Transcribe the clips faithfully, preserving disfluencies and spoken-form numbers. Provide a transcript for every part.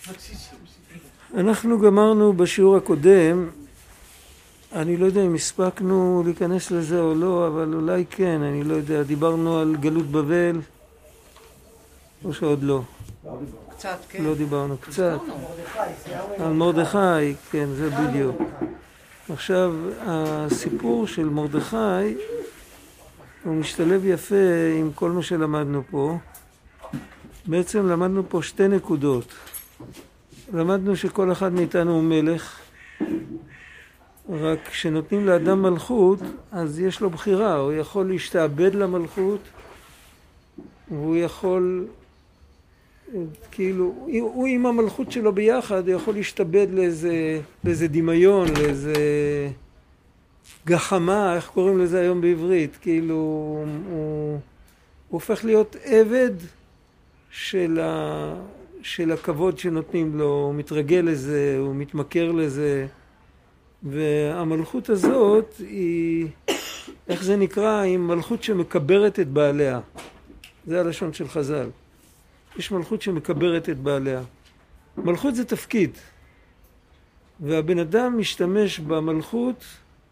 אנחנו גמרנו בשיעור הקודם, אני לא יודע אם הספקנו להיכנס לזה או לא, אבל אולי כן, אני לא יודע, דיברנו על גלות בבל, או שעוד לא? קצת, כן. לא דיברנו, קצת. על מרדכי, כן, זה בדיוק. עכשיו, הסיפור של מרדכי, הוא משתלב יפה עם כל מה שלמדנו פה. בעצם למדנו פה שתי נקודות. למדנו שכל אחד מאיתנו הוא מלך, רק כשנותנים לאדם מלכות, אז יש לו בחירה. הוא יכול להשתעבד למלכות, והוא יכול, כאילו, הוא עם המלכות שלו ביחד, הוא יכול להשתעבד לאיזה, לאיזה דמיון, לאיזה גחמה, איך קוראים לזה היום בעברית, כאילו, הוא, הוא הופך להיות עבד של ה... של הכבוד שנותנים לו, הוא מתרגל לזה, הוא מתמכר לזה, והמלכות הזאת היא, איך זה נקרא? היא מלכות שמקברת את בעליה. זה הלשון של חז"ל. יש מלכות שמקברת את בעליה. מלכות זה תפקיד, והבן אדם משתמש במלכות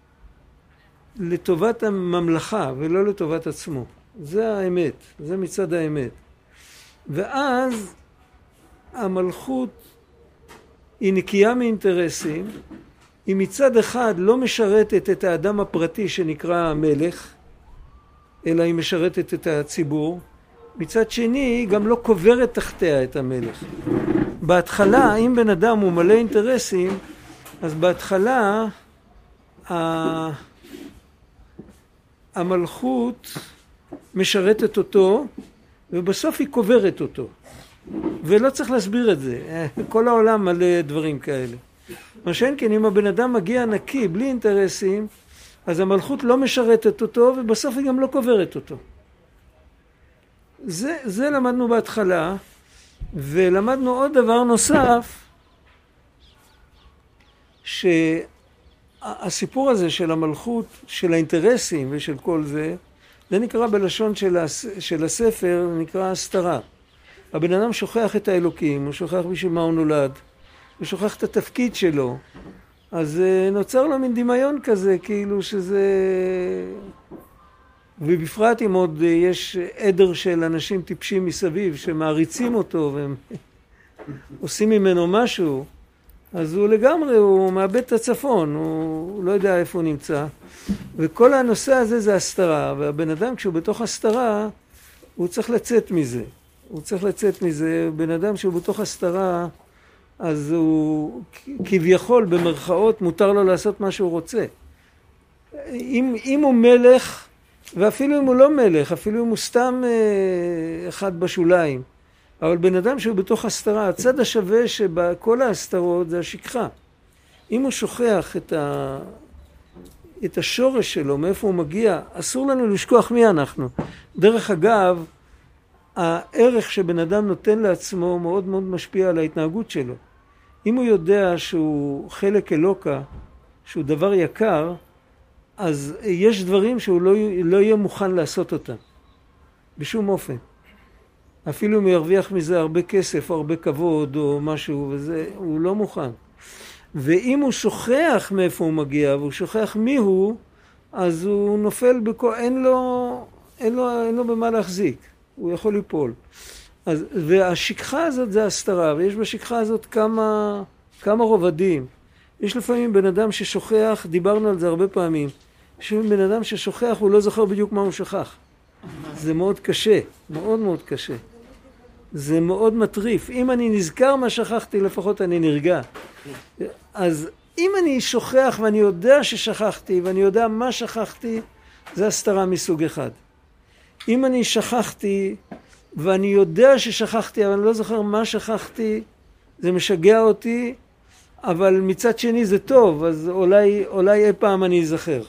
לטובת הממלכה ולא לטובת עצמו. זה האמת, זה מצד האמת. ואז המלכות היא נקייה מאינטרסים, היא מצד אחד לא משרתת את האדם הפרטי שנקרא המלך, אלא היא משרתת את הציבור, מצד שני היא גם לא קוברת תחתיה את המלך. בהתחלה, אם בן אדם הוא מלא אינטרסים, אז בהתחלה המלכות משרתת אותו, ובסוף היא קוברת אותו. ולא צריך להסביר את זה. כל העולם מלא דברים כאלה. מה שאין כן, אם הבן אדם מגיע נקי, בלי אינטרסים, אז המלכות לא משרתת אותו, ובסוף היא גם לא קוברת אותו. זה, זה למדנו בהתחלה, ולמדנו עוד דבר נוסף, שהסיפור הזה של המלכות, של האינטרסים ושל כל זה, זה נקרא בלשון של, הס, של הספר, נקרא הסתרה. הבן אדם שוכח את האלוקים, הוא שוכח בשביל מה הוא נולד, הוא שוכח את התפקיד שלו, אז נוצר לו מין דמיון כזה, כאילו שזה... ובפרט אם עוד יש עדר של אנשים טיפשים מסביב שמעריצים אותו והם עושים ממנו משהו, אז הוא לגמרי, הוא מאבד את הצפון, הוא, הוא לא יודע איפה הוא נמצא. וכל הנושא הזה זה הסתרה, והבן אדם כשהוא בתוך הסתרה, הוא צריך לצאת מזה. הוא צריך לצאת מזה. בן אדם שהוא בתוך הסתרה, אז הוא כביכול במרכאות מותר לו לעשות מה שהוא רוצה. אם, אם הוא מלך, ואפילו אם הוא לא מלך, אפילו אם הוא סתם אה, אחד בשוליים, אבל בן אדם שהוא בתוך הסתרה, הצד השווה שבכל ההסתרות זה השכחה. אם הוא שוכח את, ה... את השורש שלו, מאיפה הוא מגיע, אסור לנו לשכוח מי אנחנו. דרך אגב, הערך שבן אדם נותן לעצמו מאוד מאוד משפיע על ההתנהגות שלו. אם הוא יודע שהוא חלק אלוקה, שהוא דבר יקר, אז יש דברים שהוא לא, לא יהיה מוכן לעשות אותם. בשום אופן. אפילו אם הוא ירוויח מזה הרבה כסף או הרבה כבוד או משהו, וזה, הוא לא מוכן. ואם הוא שוכח מאיפה הוא מגיע והוא שוכח מי הוא, אז הוא נופל בכל... אין לו, אין לו, אין לו במה להחזיק. הוא יכול ליפול. אז, והשכחה הזאת זה הסתרה, ויש בשכחה הזאת כמה, כמה רובדים. יש לפעמים בן אדם ששוכח, דיברנו על זה הרבה פעמים, יש לפעמים בן אדם ששוכח, הוא לא זוכר בדיוק מה הוא שכח. זה מאוד קשה, מאוד מאוד קשה. זה מאוד מטריף. אם אני נזכר מה שכחתי, לפחות אני נרגע. אז אם אני שוכח ואני יודע ששכחתי, ואני יודע מה שכחתי, זה הסתרה מסוג אחד. אם אני שכחתי, ואני יודע ששכחתי, אבל אני לא זוכר מה שכחתי, זה משגע אותי, אבל מצד שני זה טוב, אז אולי, אולי אי פעם אני אזכר.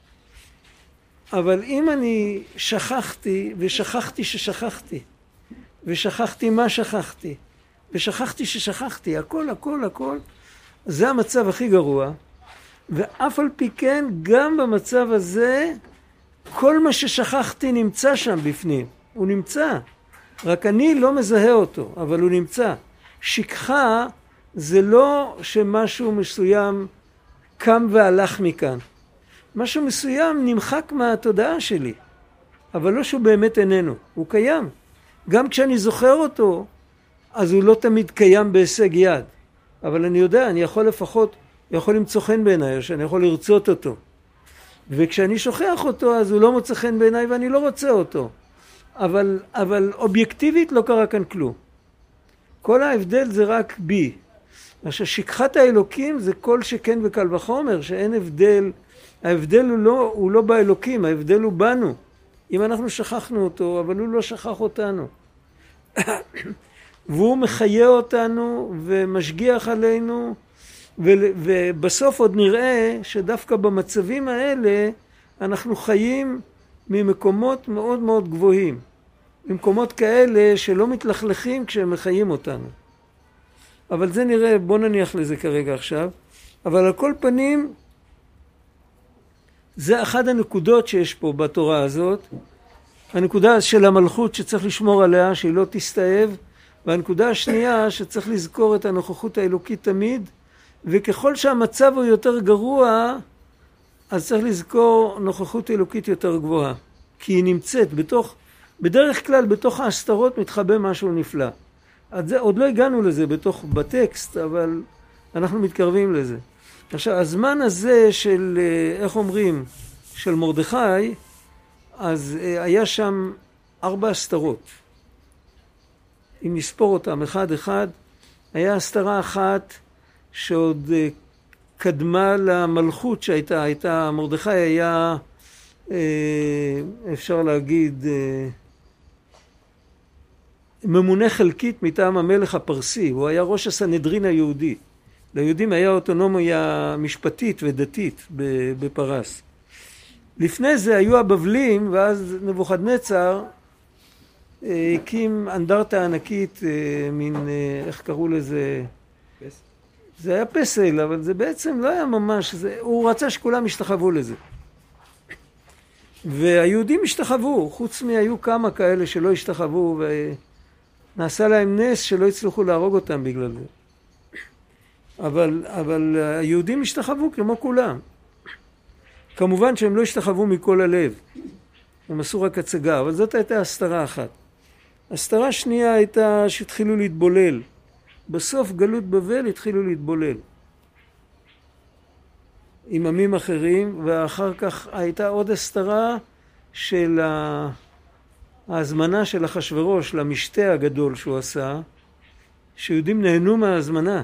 אבל אם אני שכחתי, ושכחתי ששכחתי, ושכחתי מה שכחתי, ושכחתי ששכחתי, הכל, הכל, הכל, זה המצב הכי גרוע. ואף על פי כן, גם במצב הזה, כל מה ששכחתי נמצא שם בפנים. הוא נמצא. רק אני לא מזהה אותו, אבל הוא נמצא. שכחה זה לא שמשהו מסוים קם והלך מכאן. משהו מסוים נמחק מהתודעה שלי, אבל לא שהוא באמת איננו, הוא קיים. גם כשאני זוכר אותו, אז הוא לא תמיד קיים בהישג יד. אבל אני יודע, אני יכול לפחות, יכול למצוא חן בעיניי, שאני יכול לרצות אותו. וכשאני שוכח אותו, אז הוא לא מוצא חן בעיניי ואני לא רוצה אותו. אבל, אבל אובייקטיבית לא קרה כאן כלום. כל ההבדל זה רק בי. עכשיו, שכחת האלוקים זה כל שכן וקל וחומר, שאין הבדל. ההבדל הוא לא, הוא לא באלוקים, ההבדל הוא בנו. אם אנחנו שכחנו אותו, אבל הוא לא שכח אותנו. והוא מחיה אותנו ומשגיח עלינו, ובסוף עוד נראה שדווקא במצבים האלה אנחנו חיים ממקומות מאוד מאוד גבוהים. ממקומות כאלה שלא מתלכלכים כשהם מחיים אותנו. אבל זה נראה, בוא נניח לזה כרגע עכשיו. אבל על כל פנים, זה אחת הנקודות שיש פה בתורה הזאת. הנקודה של המלכות שצריך לשמור עליה, שהיא לא תסתאב. והנקודה השנייה שצריך לזכור את הנוכחות האלוקית תמיד. וככל שהמצב הוא יותר גרוע, אז צריך לזכור נוכחות אלוקית יותר גבוהה. כי היא נמצאת בתוך, בדרך כלל בתוך ההסתרות מתחבא משהו נפלא. אז זה, עוד לא הגענו לזה בתוך, בטקסט, אבל אנחנו מתקרבים לזה. עכשיו, הזמן הזה של, איך אומרים, של מרדכי, אז היה שם ארבע הסתרות. אם נספור אותם אחד אחד, היה הסתרה אחת שעוד קדמה למלכות שהייתה, הייתה, מרדכי היה, אפשר להגיד, ממונה חלקית מטעם המלך הפרסי. הוא היה ראש הסנהדרין היהודי. ליהודים היה אוטונומיה משפטית ודתית בפרס. לפני זה היו הבבלים, ואז נבוכדנצר הקים אנדרטה ענקית, מין, איך קראו לזה? פסל. זה היה פסל, אבל זה בעצם לא היה ממש, זה, הוא רצה שכולם ישתחוו לזה. והיהודים השתחוו, חוץ מהיו כמה כאלה שלא השתחוו, ונעשה להם נס שלא הצליחו להרוג אותם בגלל זה. אבל, אבל היהודים השתחוו כמו כולם. כמובן שהם לא השתחוו מכל הלב. הם עשו רק הצגה, אבל זאת הייתה הסתרה אחת. הסתרה שנייה הייתה שהתחילו להתבולל. בסוף גלות בבל התחילו להתבולל. עם עמים אחרים, ואחר כך הייתה עוד הסתרה של ההזמנה של אחשוורוש למשתה הגדול שהוא עשה, שיהודים נהנו מההזמנה.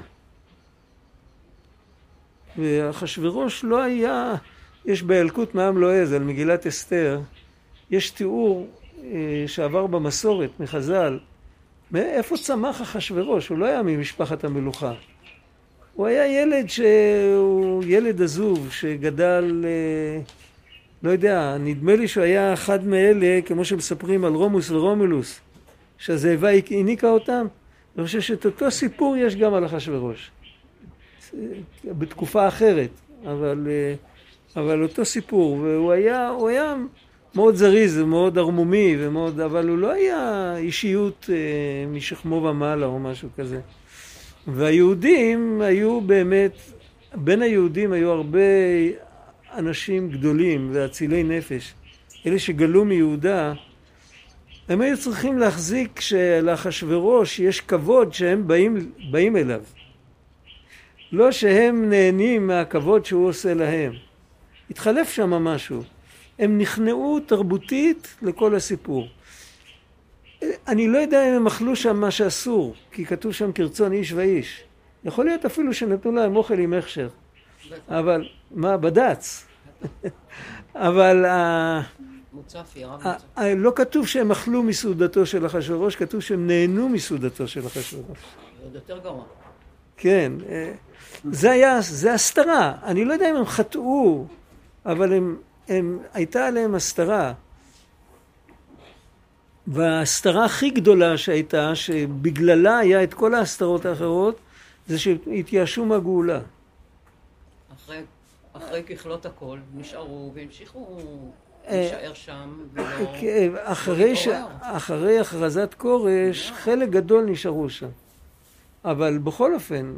ואחשוורוש לא היה, יש באלקוט מעם לועז על מגילת אסתר, יש תיאור אה, שעבר במסורת מחז"ל, מאיפה צמח אחשוורוש? הוא לא היה ממשפחת המלוכה. הוא היה ילד שהוא ילד עזוב שגדל, אה, לא יודע, נדמה לי שהוא היה אחד מאלה, כמו שמספרים על רומוס ורומולוס, שהזאבה העניקה אותם. אני חושב שאת אותו סיפור יש גם על אחשוורוש. בתקופה אחרת, אבל, אבל אותו סיפור, והוא היה, הוא היה מאוד זריז ומאוד ערמומי, ומאוד, אבל הוא לא היה אישיות משכמו ומעלה או משהו כזה. והיהודים היו באמת, בין היהודים היו הרבה אנשים גדולים ואצילי נפש, אלה שגלו מיהודה, הם היו צריכים להחזיק שלאחשוורוש יש כבוד שהם באים, באים אליו. לא שהם נהנים מהכבוד שהוא עושה להם. התחלף שם משהו. הם נכנעו תרבותית לכל הסיפור. אני לא יודע אם הם אכלו שם מה שאסור, כי כתוב שם כרצון איש ואיש. יכול להיות אפילו שנתנו להם אוכל עם הכשר. אבל, מה, בד"ץ. אבל מוצפי, הרב מוצפי. לא כתוב שהם אכלו מסעודתו של אחשוורוש, כתוב שהם נהנו מסעודתו של אחשוורוש. זה עוד יותר גרוע. כן, זה היה, זה הסתרה. אני לא יודע אם הם חטאו, אבל הם, הם, הייתה עליהם הסתרה. וההסתרה הכי גדולה שהייתה, שבגללה היה את כל ההסתרות האחרות, זה שהתייאשו מהגאולה. אחרי, אחרי ככלות הכל, נשארו והמשיכו להישאר שם. אחרי, ש... אחרי הכרזת כורש, חלק גדול נשארו שם. אבל בכל אופן,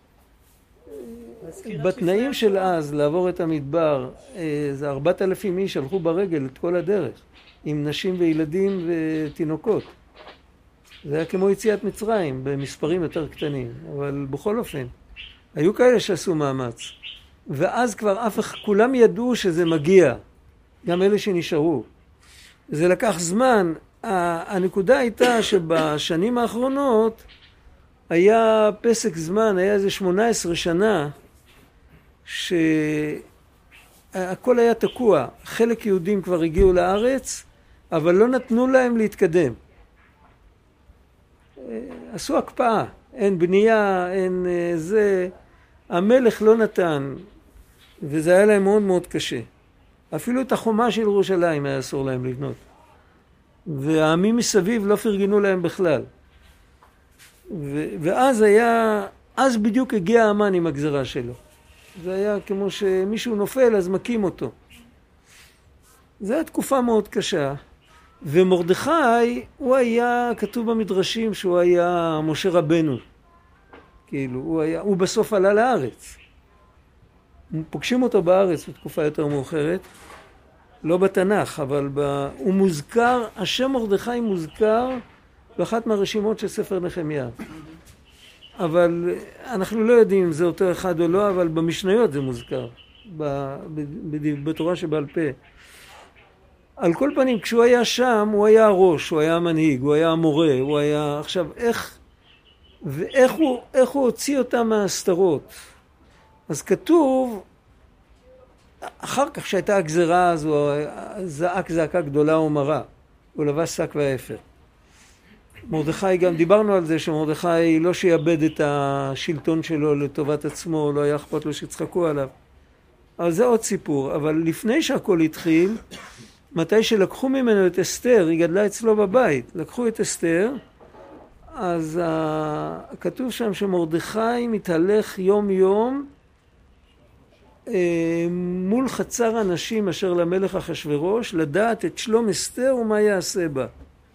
בתנאים של אז לעבור את המדבר, זה ארבעת אלפים איש הלכו ברגל את כל הדרך, עם נשים וילדים ותינוקות. זה היה כמו יציאת מצרים, במספרים יותר קטנים, אבל בכל אופן, היו כאלה שעשו מאמץ. ואז כבר אף אחד, כולם ידעו שזה מגיע, גם אלה שנשארו. זה לקח זמן. הנקודה הייתה שבשנים האחרונות היה פסק זמן, היה איזה שמונה עשרה שנה, שהכל היה תקוע. חלק יהודים כבר הגיעו לארץ, אבל לא נתנו להם להתקדם. עשו הקפאה, אין בנייה, אין זה, המלך לא נתן, וזה היה להם מאוד מאוד קשה. אפילו את החומה של ירושלים היה אסור להם לבנות. והעמים מסביב לא פרגנו להם בכלל. ו- ואז היה, אז בדיוק הגיע האמן עם הגזרה שלו. זה היה כמו שמישהו נופל אז מקים אותו. זו הייתה תקופה מאוד קשה. ומרדכי, הוא היה, כתוב במדרשים שהוא היה משה רבנו. כאילו, הוא היה, הוא בסוף עלה לארץ. פוגשים אותו בארץ בתקופה יותר מאוחרת. לא בתנ"ך, אבל ב... הוא מוזכר, השם מרדכי מוזכר באחת מהרשימות של ספר נחמיה. אבל אנחנו לא יודעים אם זה אותו אחד או לא, אבל במשניות זה מוזכר, ב... ב... ב... בתורה שבעל פה. על כל פנים, כשהוא היה שם, הוא היה הראש, הוא היה המנהיג, הוא היה המורה, הוא היה... עכשיו, איך... ואיך הוא, איך הוא הוציא אותם מהסתרות? אז כתוב... אחר כך שהייתה הגזרה הזו, זעק זעקה גדולה ומרה, הוא לבש שק ואפר. מרדכי, גם דיברנו על זה שמרדכי לא שיאבד את השלטון שלו לטובת עצמו, לא היה אכפת לו שצחקו עליו. אבל זה עוד סיפור. אבל לפני שהכל התחיל, מתי שלקחו ממנו את אסתר, היא גדלה אצלו בבית, לקחו את אסתר, אז כתוב שם שמרדכי מתהלך יום יום, מול חצר אנשים אשר למלך אחשוורוש, לדעת את שלום אסתר ומה יעשה בה.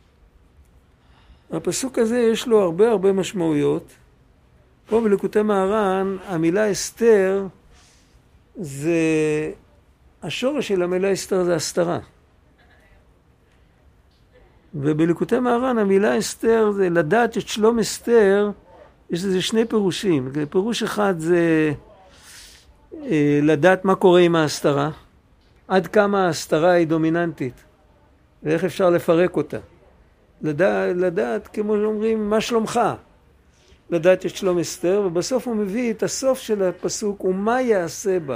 הפסוק הזה יש לו הרבה הרבה משמעויות. פה בליקוטי מהר"ן, המילה אסתר, זה, השורש של המילה אסתר זה הסתרה. ובליקוטי מהר"ן המילה אסתר זה לדעת את שלום אסתר, יש לזה שני פירושים. פירוש אחד זה לדעת מה קורה עם ההסתרה, עד כמה ההסתרה היא דומיננטית, ואיך אפשר לפרק אותה. לדעת, לדעת כמו שאומרים, מה שלומך? לדעת את שלום אסתר, ובסוף הוא מביא את הסוף של הפסוק, ומה יעשה בה.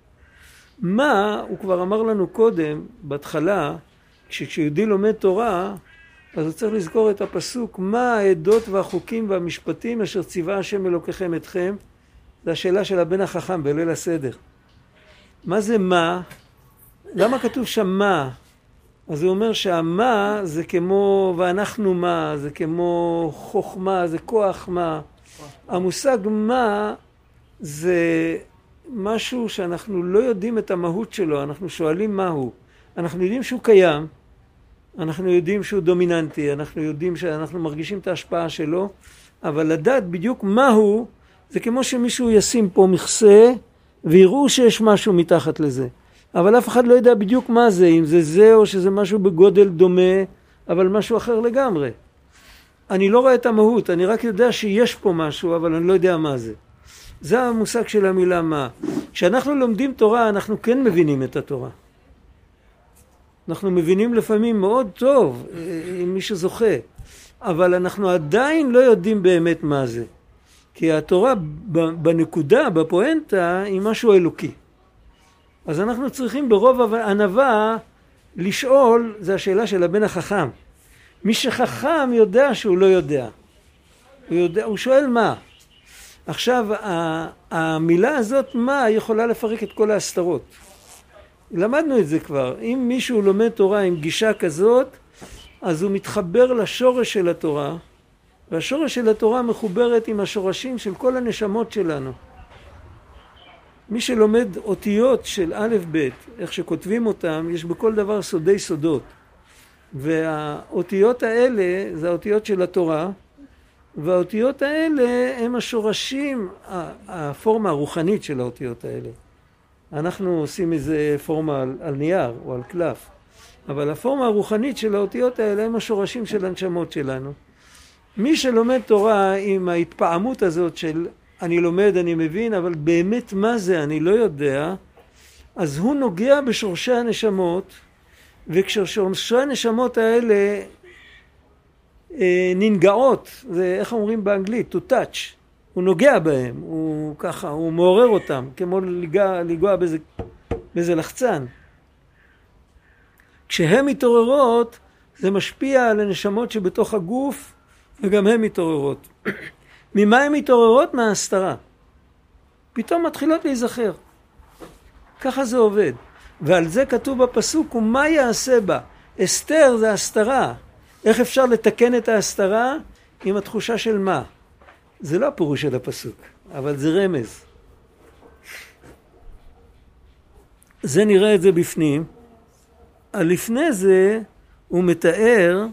מה, הוא כבר אמר לנו קודם, בהתחלה, כשיהודי לומד תורה, אז הוא צריך לזכור את הפסוק, מה העדות והחוקים והמשפטים אשר ציווה השם אלוקיכם אתכם, זה השאלה של הבן החכם בליל הסדר. מה זה מה? למה כתוב שם מה? אז הוא אומר שהמה זה כמו, ואנחנו מה, זה כמו חוכמה, זה כוח מה. המושג מה זה משהו שאנחנו לא יודעים את המהות שלו, אנחנו שואלים מהו. אנחנו יודעים שהוא קיים, אנחנו יודעים שהוא דומיננטי, אנחנו יודעים שאנחנו מרגישים את ההשפעה שלו, אבל לדעת בדיוק מהו, זה כמו שמישהו ישים פה מכסה, ויראו שיש משהו מתחת לזה. אבל אף אחד לא יודע בדיוק מה זה, אם זה זה או שזה משהו בגודל דומה, אבל משהו אחר לגמרי. אני לא רואה את המהות, אני רק יודע שיש פה משהו, אבל אני לא יודע מה זה. זה המושג של המילה מה. כשאנחנו לומדים תורה, אנחנו כן מבינים את התורה. אנחנו מבינים לפעמים מאוד טוב, עם מי שזוכה. אבל אנחנו עדיין לא יודעים באמת מה זה. כי התורה בנקודה, בפואנטה, היא משהו אלוקי. אז אנחנו צריכים ברוב ענווה לשאול, זה השאלה של הבן החכם. מי שחכם יודע שהוא לא יודע. הוא, יודע, הוא שואל מה. עכשיו, המילה הזאת מה יכולה לפרק את כל ההסתרות. למדנו את זה כבר. אם מישהו לומד תורה עם גישה כזאת, אז הוא מתחבר לשורש של התורה, והשורש של התורה מחוברת עם השורשים של כל הנשמות שלנו. מי שלומד אותיות של א' ב', איך שכותבים אותם, יש בכל דבר סודי סודות. והאותיות האלה זה האותיות של התורה, והאותיות האלה הם השורשים, הפורמה הרוחנית של האותיות האלה. אנחנו עושים איזה פורמה על, על נייר או על קלף, אבל הפורמה הרוחנית של האותיות האלה הם השורשים של הנשמות שלנו. מי שלומד תורה עם ההתפעמות הזאת של אני לומד, אני מבין, אבל באמת מה זה אני לא יודע, אז הוא נוגע בשורשי הנשמות, וכששורשי הנשמות האלה אה, ננגעות, זה איך אומרים באנגלית, to touch, הוא נוגע בהם, הוא ככה, הוא מעורר אותם, כמו לגוע, לגוע באיזה, באיזה לחצן. כשהן מתעוררות, זה משפיע על הנשמות שבתוך הגוף, וגם הן מתעוררות. ממה הן מתעוררות? מההסתרה. פתאום מתחילות להיזכר. ככה זה עובד. ועל זה כתוב בפסוק, ומה יעשה בה? אסתר זה הסתרה. איך אפשר לתקן את ההסתרה? עם התחושה של מה? זה לא הפירוש של הפסוק, אבל זה רמז. זה נראה את זה בפנים. לפני זה הוא מתאר,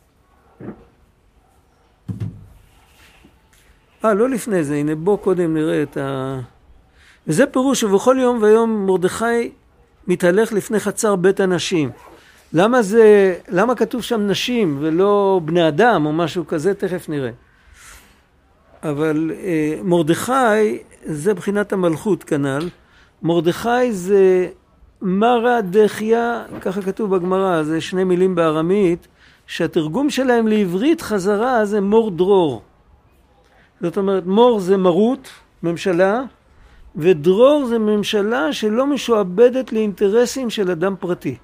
אה לא לפני זה, הנה בוא קודם נראה את ה... וזה פירוש שבכל יום ויום מרדכי מתהלך לפני חצר בית הנשים. למה זה, למה כתוב שם נשים ולא בני אדם או משהו כזה? תכף נראה. אבל אה, מרדכי זה בחינת המלכות כנ"ל. מרדכי זה מרא דחיה, ככה כתוב בגמרא, זה שני מילים בארמית, שהתרגום שלהם לעברית חזרה זה מור דרור. זאת אומרת, מור זה מרות, ממשלה, ודרור זה ממשלה שלא משועבדת לאינטרסים של אדם פרטי.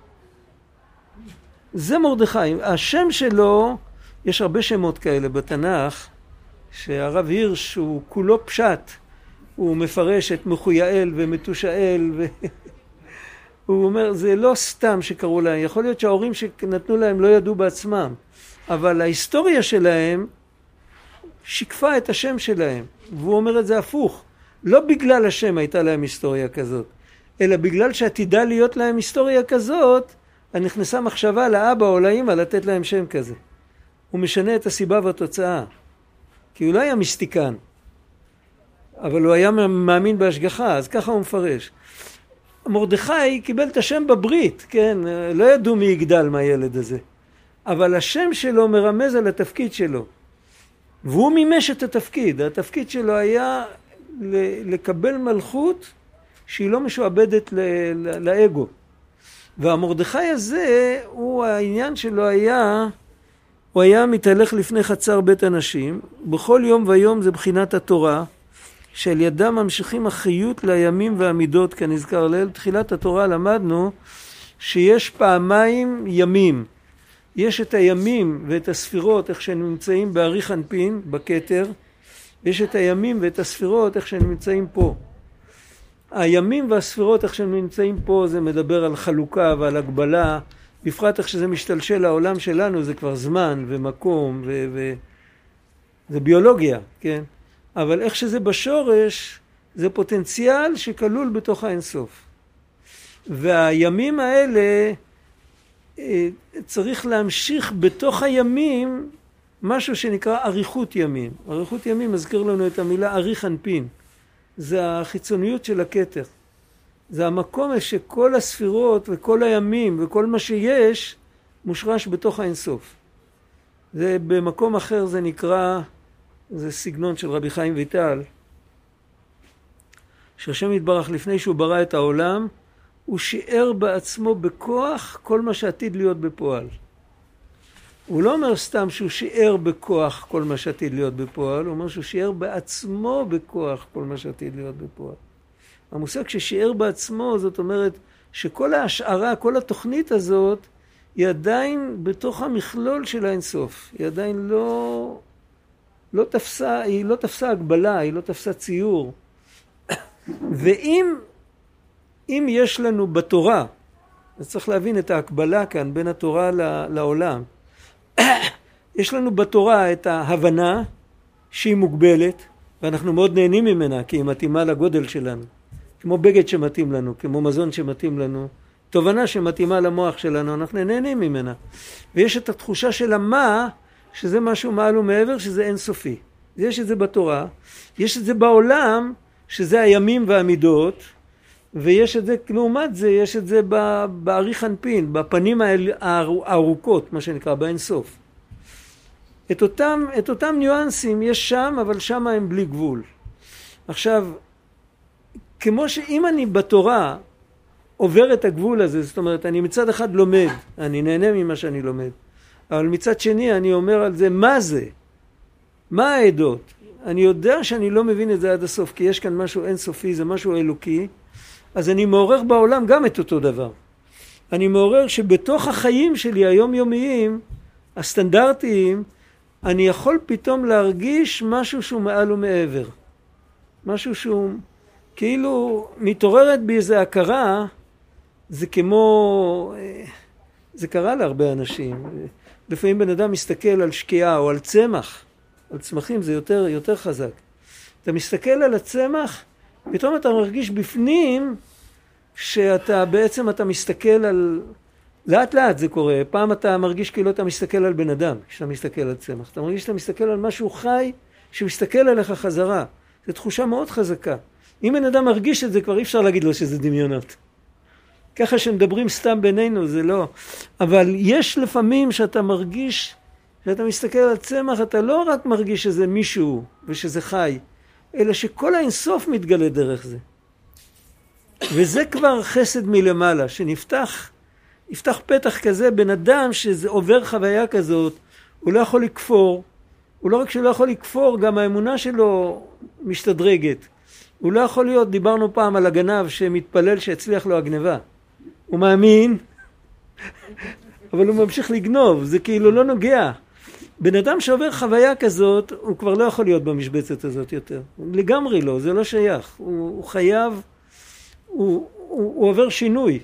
זה מרדכי. השם שלו, יש הרבה שמות כאלה בתנ"ך, שהרב הירש הוא כולו פשט, הוא מפרש את מחויאל ומתושאל, ו... הוא אומר, זה לא סתם שקראו להם, יכול להיות שההורים שנתנו להם לא ידעו בעצמם, אבל ההיסטוריה שלהם שיקפה את השם שלהם, והוא אומר את זה הפוך. לא בגלל השם הייתה להם היסטוריה כזאת, אלא בגלל שעתידה להיות להם היסטוריה כזאת, נכנסה מחשבה לאבא או לאמא לתת להם שם כזה. הוא משנה את הסיבה והתוצאה. כי הוא לא היה מיסטיקן, אבל הוא היה מאמין בהשגחה, אז ככה הוא מפרש. מרדכי קיבל את השם בברית, כן? לא ידעו מי יגדל מהילד הזה. אבל השם שלו מרמז על התפקיד שלו. והוא מימש את התפקיד. התפקיד שלו היה לקבל מלכות שהיא לא משועבדת לאגו. והמרדכי הזה, הוא העניין שלו היה, הוא היה מתהלך לפני חצר בית הנשים. בכל יום ויום זה בחינת התורה, שעל ידם ממשיכים החיות לימים והמידות, כנזכר לעיל. תחילת התורה למדנו שיש פעמיים ימים. יש את הימים ואת הספירות, איך שהם נמצאים בארי חנפין, בכתר, ויש את הימים ואת הספירות, איך שהם נמצאים פה. הימים והספירות, איך שהם נמצאים פה, זה מדבר על חלוקה ועל הגבלה, בפרט איך שזה משתלשל לעולם שלנו, זה כבר זמן ומקום, ו... ו... זה ביולוגיה, כן? אבל איך שזה בשורש, זה פוטנציאל שכלול בתוך האינסוף. והימים האלה, צריך להמשיך בתוך הימים, משהו שנקרא אריכות ימים. אריכות ימים מזכיר לנו את המילה ארי חנפין. זה החיצוניות של הכתר. זה המקום שכל הספירות וכל הימים וכל מה שיש, מושרש בתוך האינסוף. זה במקום אחר זה נקרא, זה סגנון של רבי חיים ויטל, שהשם יתברך לפני שהוא ברא את העולם, הוא שיער בעצמו בכוח כל מה שעתיד להיות בפועל. הוא לא אומר סתם שהוא שיער בכוח כל מה שעתיד להיות בפועל, הוא אומר שהוא שיער בעצמו בכוח כל מה שעתיד להיות בפועל. המושג ששיער בעצמו, זאת אומרת שכל ההשערה, כל התוכנית הזאת, היא עדיין בתוך המכלול של האינסוף. היא עדיין לא, לא תפסה, היא לא תפסה הגבלה, היא לא תפסה ציור. ואם אם יש לנו בתורה, אז צריך להבין את ההקבלה כאן בין התורה לעולם. יש לנו בתורה את ההבנה שהיא מוגבלת, ואנחנו מאוד נהנים ממנה, כי היא מתאימה לגודל שלנו. כמו בגד שמתאים לנו, כמו מזון שמתאים לנו, תובנה שמתאימה למוח שלנו, אנחנו נהנים ממנה. ויש את התחושה של המה, שזה משהו מעל ומעבר, שזה אינסופי. יש את זה בתורה, יש את זה בעולם, שזה הימים והמידות, ויש את זה, לעומת זה, יש את זה באריך אנפין, בפנים הארוכות, מה שנקרא, באינסוף. את אותם, את אותם ניואנסים יש שם, אבל שם הם בלי גבול. עכשיו, כמו שאם אני בתורה עובר את הגבול הזה, זאת אומרת, אני מצד אחד לומד, אני נהנה ממה שאני לומד, אבל מצד שני אני אומר על זה, מה זה? מה העדות? אני יודע שאני לא מבין את זה עד הסוף, כי יש כאן משהו אינסופי, זה משהו אלוקי, אז אני מעורר בעולם גם את אותו דבר. אני מעורר שבתוך החיים שלי היומיומיים, הסטנדרטיים, אני יכול פתאום להרגיש משהו שהוא מעל ומעבר. משהו שהוא כאילו מתעוררת בי איזו הכרה, זה כמו, זה קרה להרבה אנשים. לפעמים בן אדם מסתכל על שקיעה או על צמח, על צמחים זה יותר, יותר חזק. אתה מסתכל על הצמח, פתאום אתה מרגיש בפנים שאתה בעצם אתה מסתכל על, לאט לאט זה קורה, פעם אתה מרגיש כאילו אתה מסתכל על בן אדם, כשאתה מסתכל על צמח. אתה מרגיש שאתה מסתכל על משהו חי שמסתכל עליך חזרה. זו תחושה מאוד חזקה. אם בן אדם מרגיש את זה, כבר אי אפשר להגיד לו שזה דמיונות. ככה שמדברים סתם בינינו, זה לא. אבל יש לפעמים שאתה מרגיש, שאתה מסתכל על צמח, אתה לא רק מרגיש שזה מישהו ושזה חי, אלא שכל האינסוף מתגלה דרך זה. וזה כבר חסד מלמעלה, שנפתח, יפתח פתח כזה, בן אדם שזה עובר חוויה כזאת, הוא לא יכול לכפור, הוא לא רק שהוא לא יכול לכפור, גם האמונה שלו משתדרגת. הוא לא יכול להיות, דיברנו פעם על הגנב שמתפלל שהצליח לו הגנבה. הוא מאמין, אבל הוא ממשיך לגנוב, זה כאילו לא נוגע. בן אדם שעובר חוויה כזאת, הוא כבר לא יכול להיות במשבצת הזאת יותר. לגמרי לא, זה לא שייך. הוא, הוא חייב, הוא, הוא, הוא עובר שינוי.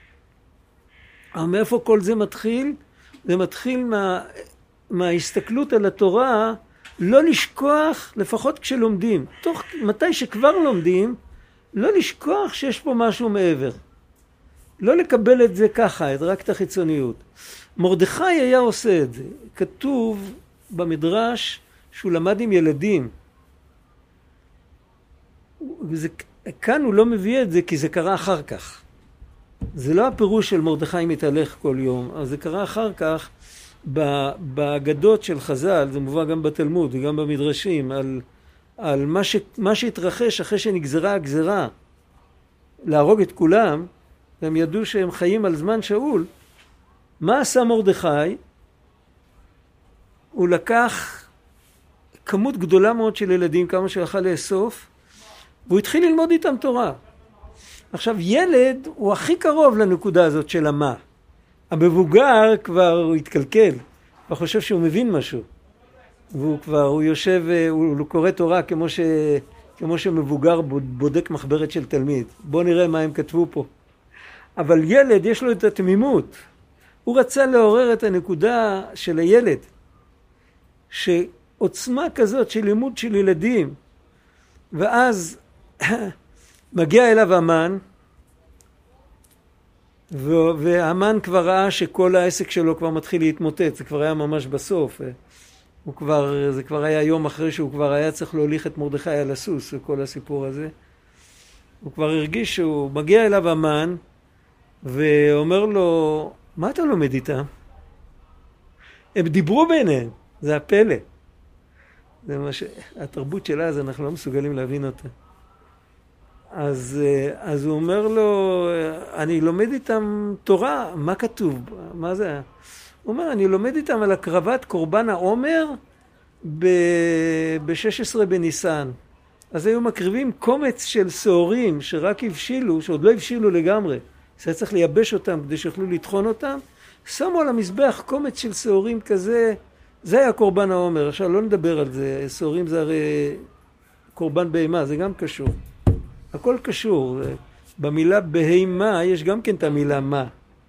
אבל מאיפה כל זה מתחיל? זה מתחיל מה, מההסתכלות על התורה, לא לשכוח, לפחות כשלומדים, תוך מתי שכבר לומדים, לא לשכוח שיש פה משהו מעבר. לא לקבל את זה ככה, את רק את החיצוניות. מרדכי היה עושה את זה. כתוב במדרש שהוא למד עם ילדים. וזה, כאן הוא לא מביא את זה כי זה קרה אחר כך. זה לא הפירוש של מרדכי מתהלך כל יום, אבל זה קרה אחר כך באגדות של חז"ל, זה מובא גם בתלמוד וגם במדרשים, על, על מה, ש, מה שהתרחש אחרי שנגזרה הגזרה להרוג את כולם, והם ידעו שהם חיים על זמן שאול. מה עשה מרדכי? הוא לקח כמות גדולה מאוד של ילדים, כמה שיכל לאסוף, והוא התחיל ללמוד איתם תורה. עכשיו, ילד הוא הכי קרוב לנקודה הזאת של המה. המבוגר כבר הוא התקלקל, הוא חושב שהוא מבין משהו. והוא כבר, הוא יושב, הוא, הוא קורא תורה כמו, ש, כמו שמבוגר בודק מחברת של תלמיד. בוא נראה מה הם כתבו פה. אבל ילד יש לו את התמימות. הוא רצה לעורר את הנקודה של הילד. שעוצמה כזאת של לימוד של ילדים. ואז מגיע אליו המן, והמן כבר ראה שכל העסק שלו כבר מתחיל להתמוטט. זה כבר היה ממש בסוף. הוא כבר, זה כבר היה יום אחרי שהוא כבר היה צריך להוליך את מרדכי על הסוס, וכל הסיפור הזה. הוא כבר הרגיש שהוא מגיע אליו המן, ואומר לו, מה אתה לומד איתם? הם דיברו ביניהם, זה הפלא. זה מה ש... התרבות שלה, אז אנחנו לא מסוגלים להבין אותה. אז, אז הוא אומר לו, אני לומד איתם תורה, מה כתוב? מה זה? הוא אומר, אני לומד איתם על הקרבת קורבן העומר ב-שש עשרה בניסן. אז היו מקריבים קומץ של שעורים שרק הבשילו, שעוד לא הבשילו לגמרי. זה צריך לייבש אותם כדי שיוכלו לטחון אותם. שמו על המזבח קומץ של שעורים כזה, זה היה קורבן העומר. עכשיו לא נדבר על זה, שעורים זה הרי קורבן בהמה, זה גם קשור. הכל קשור. במילה בהמה יש גם כן את המילה מה.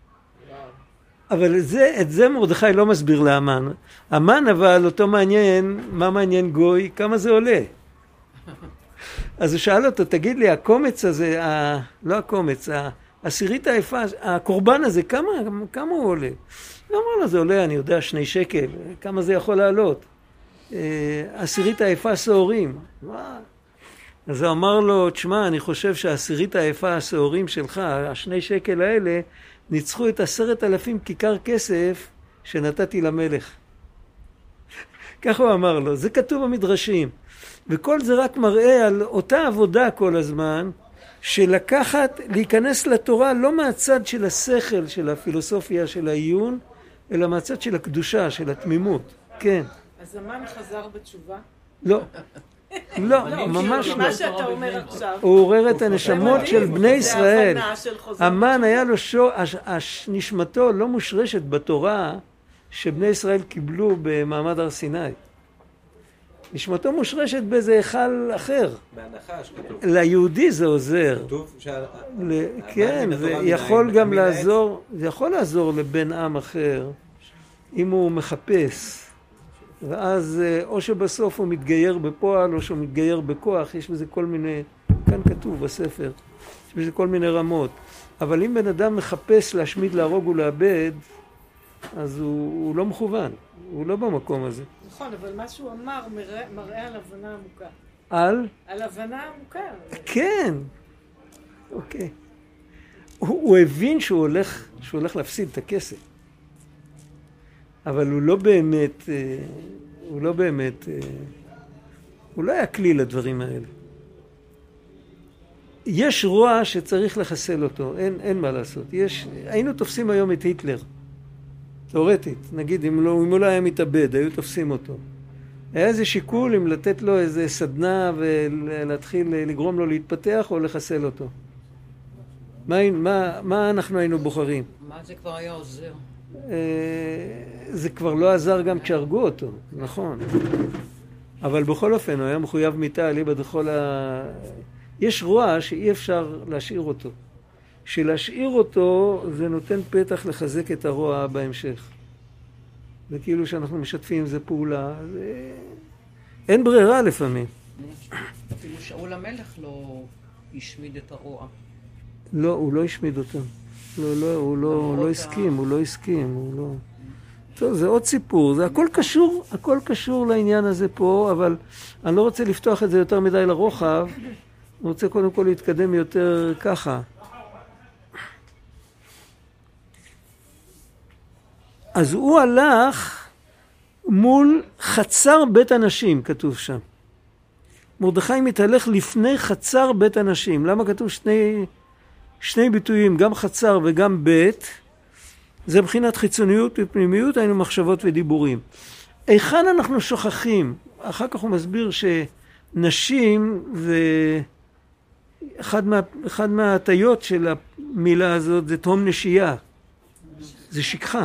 אבל זה, את זה מרדכי לא מסביר לאמן. אמן אבל אותו מעניין, מה מעניין גוי, כמה זה עולה. אז הוא שאל אותו, תגיד לי, הקומץ הזה, ה... לא הקומץ, העשירית היפה, הקורבן הזה, כמה, כמה הוא עולה? הוא אמר לו, זה עולה, אני יודע, שני שקל, כמה זה יכול לעלות? עשירית היפה שעורים. אז הוא אמר לו, תשמע, אני חושב שהעשירית היפה השעורים שלך, השני שקל האלה, ניצחו את עשרת אלפים כיכר כסף שנתתי למלך. ככה הוא אמר לו, זה כתוב במדרשים. וכל זה רק מראה על אותה עבודה כל הזמן, שלקחת, להיכנס לתורה לא מהצד של השכל, של הפילוסופיה, של העיון, אלא מהצד של הקדושה, של התמימות. כן. אז המן חזר בתשובה? לא. לא, ממש לא. מה שאתה אומר עכשיו. הוא עורר את הנשמות של בני ישראל. המן היה לו שור, נשמתו לא מושרשת בתורה שבני ישראל קיבלו במעמד הר סיני. נשמתו מושרשת באיזה היכל אחר. בהנחש כתוב. ליהודי זה עוזר. כתוב שה... כן, זה יכול גם לעזור, זה יכול לעזור לבן עם אחר, אם הוא מחפש. ואז או שבסוף הוא מתגייר בפועל או שהוא מתגייר בכוח, יש בזה כל מיני, כאן כתוב בספר, יש בזה כל מיני רמות. אבל אם בן אדם מחפש להשמיד, להרוג ולאבד, אז הוא, הוא לא מכוון, הוא לא במקום הזה. נכון, אבל מה שהוא אמר מראה, מראה על הבנה עמוקה. על? על הבנה עמוקה. כן. אוקיי. הוא, הוא הבין שהוא הולך, שהוא הולך להפסיד את הכסף. אבל הוא לא באמת, הוא לא באמת, הוא לא היה כלי לדברים האלה. יש רוע שצריך לחסל אותו, אין, אין מה לעשות. יש, היינו תופסים היום את היטלר, תיאורטית. נגיד, אם, לא, אם הוא לא היה מתאבד, היו תופסים אותו. היה איזה שיקול אם לתת לו איזה סדנה ולהתחיל לגרום לו להתפתח או לחסל אותו. מה, מה, מה אנחנו היינו בוחרים? מה זה כבר היה עוזר? זה כבר לא עזר גם כשהרגו אותו, נכון. אבל בכל אופן, הוא היה מחויב מיתה אליבא דכל ה... יש רוע שאי אפשר להשאיר אותו. שלהשאיר אותו זה נותן פתח לחזק את הרוע בהמשך. זה כאילו שאנחנו משתפים איזה פעולה, זה... אין ברירה לפעמים. אפילו שאול המלך לא השמיד את הרוע. לא, הוא לא השמיד אותם. לא, לא, הוא לא, לא הסכים, הוא לא הסכים, הוא לא... טוב, זה עוד סיפור, זה הכל קשור, הכל קשור לעניין הזה פה, אבל אני לא רוצה לפתוח את זה יותר מדי לרוחב, אני רוצה קודם כל להתקדם יותר ככה. אז הוא הלך מול חצר בית הנשים, כתוב שם. מרדכי מתהלך לפני חצר בית הנשים. למה כתוב שני... שני ביטויים, גם חצר וגם בית, זה מבחינת חיצוניות ופנימיות, היינו מחשבות ודיבורים. היכן אנחנו שוכחים? אחר כך הוא מסביר שנשים זה אחד, מה, אחד מההטיות של המילה הזאת, זה תהום נשייה, זה שכחה.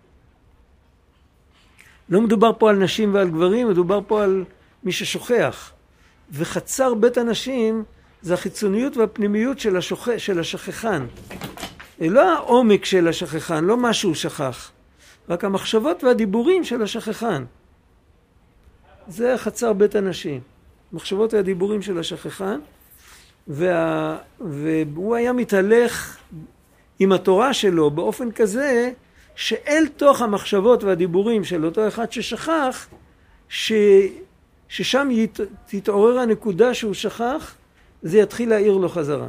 לא מדובר פה על נשים ועל גברים, מדובר פה על מי ששוכח. וחצר בית הנשים זה החיצוניות והפנימיות של, השוכ... של השכחן. לא העומק של השכחן, לא מה שהוא שכח. רק המחשבות והדיבורים של השכחן. זה חצר בית הנשים. מחשבות והדיבורים של השכחן. וה... והוא היה מתהלך עם התורה שלו באופן כזה, שאל תוך המחשבות והדיבורים של אותו אחד ששכח, ש... ששם ית... תתעורר הנקודה שהוא שכח, זה יתחיל להעיר לו חזרה.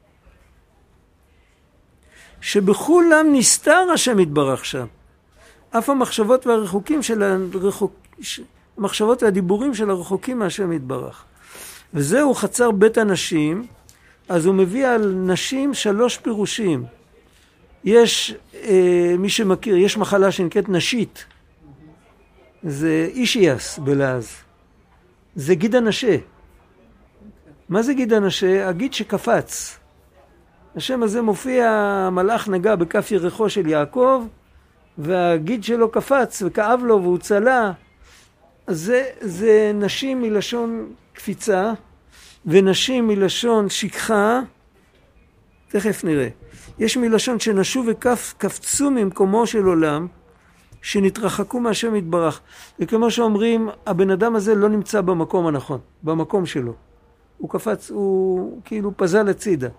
שבכולם נסתר השם יתברך שם. אף המחשבות והרחוקים של הרחוק... המחשבות והדיבורים של הרחוקים מהשם יתברך. וזהו חצר בית הנשים, אז הוא מביא על נשים שלוש פירושים. יש, אה, מי שמכיר, יש מחלה שנקראת נשית. זה אישיאס בלעז. זה גיד הנשה. מה זה גיד הנשה? הגיד שקפץ. השם הזה מופיע, המלאך נגע בכף ירחו של יעקב, והגיד שלו קפץ וכאב לו והוא צלה. זה, זה נשים מלשון קפיצה, ונשים מלשון שכחה. תכף נראה. יש מלשון שנשו וקפצו ממקומו של עולם, שנתרחקו מהשם יתברך. וכמו שאומרים, הבן אדם הזה לא נמצא במקום הנכון, במקום שלו. הוא קפץ, הוא כאילו פזל הצידה.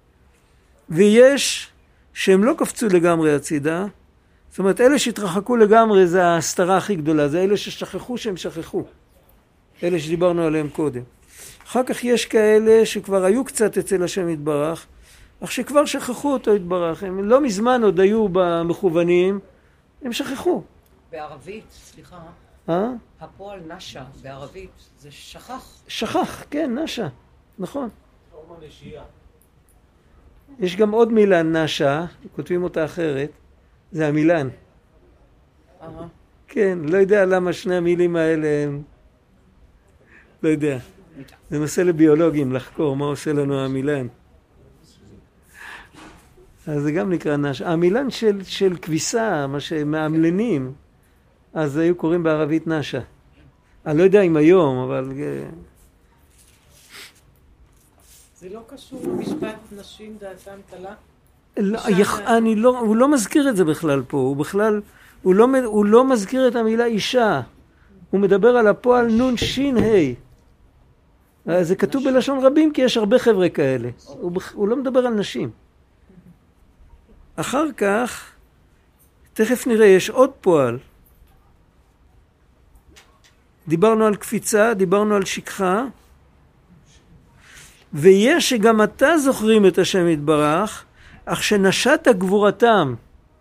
ויש שהם לא קפצו לגמרי הצידה, זאת אומרת, אלה שהתרחקו לגמרי זה ההסתרה הכי גדולה, זה אלה ששכחו שהם שכחו. אלה שדיברנו עליהם קודם. אחר כך יש כאלה שכבר היו קצת אצל השם יתברך, אך שכבר שכחו אותו יתברך. הם לא מזמן עוד היו במכוונים, הם שכחו. בערבית, סליחה, אה? הפועל נשה, בערבית, זה שכח. שכח, כן, נשה, נכון. יש גם עוד מילה נשה, כותבים אותה אחרת, זה המילן. אה. כן, לא יודע למה שני המילים האלה הם... לא יודע. זה נושא לביולוגים לחקור מה עושה לנו המילן. אז זה גם נקרא נש. המילן של, של כביסה, מה שמאמלנים, אז היו קוראים בערבית נשה. אני לא יודע אם היום, אבל... זה לא קשור למשפט נשים דעתם קלה? לא, יח... אני לא, הוא לא מזכיר את זה בכלל פה. הוא בכלל, הוא לא, הוא לא מזכיר את המילה אישה. הוא מדבר על הפועל נון שין היי. זה כתוב בלשון רבים כי יש הרבה חבר'ה כאלה. הוא, הוא לא מדבר על נשים. אחר כך, תכף נראה, יש עוד פועל. דיברנו על קפיצה, דיברנו על שכחה, ויש שגם אתה זוכרים את השם יתברך, אך שנשת גבורתם.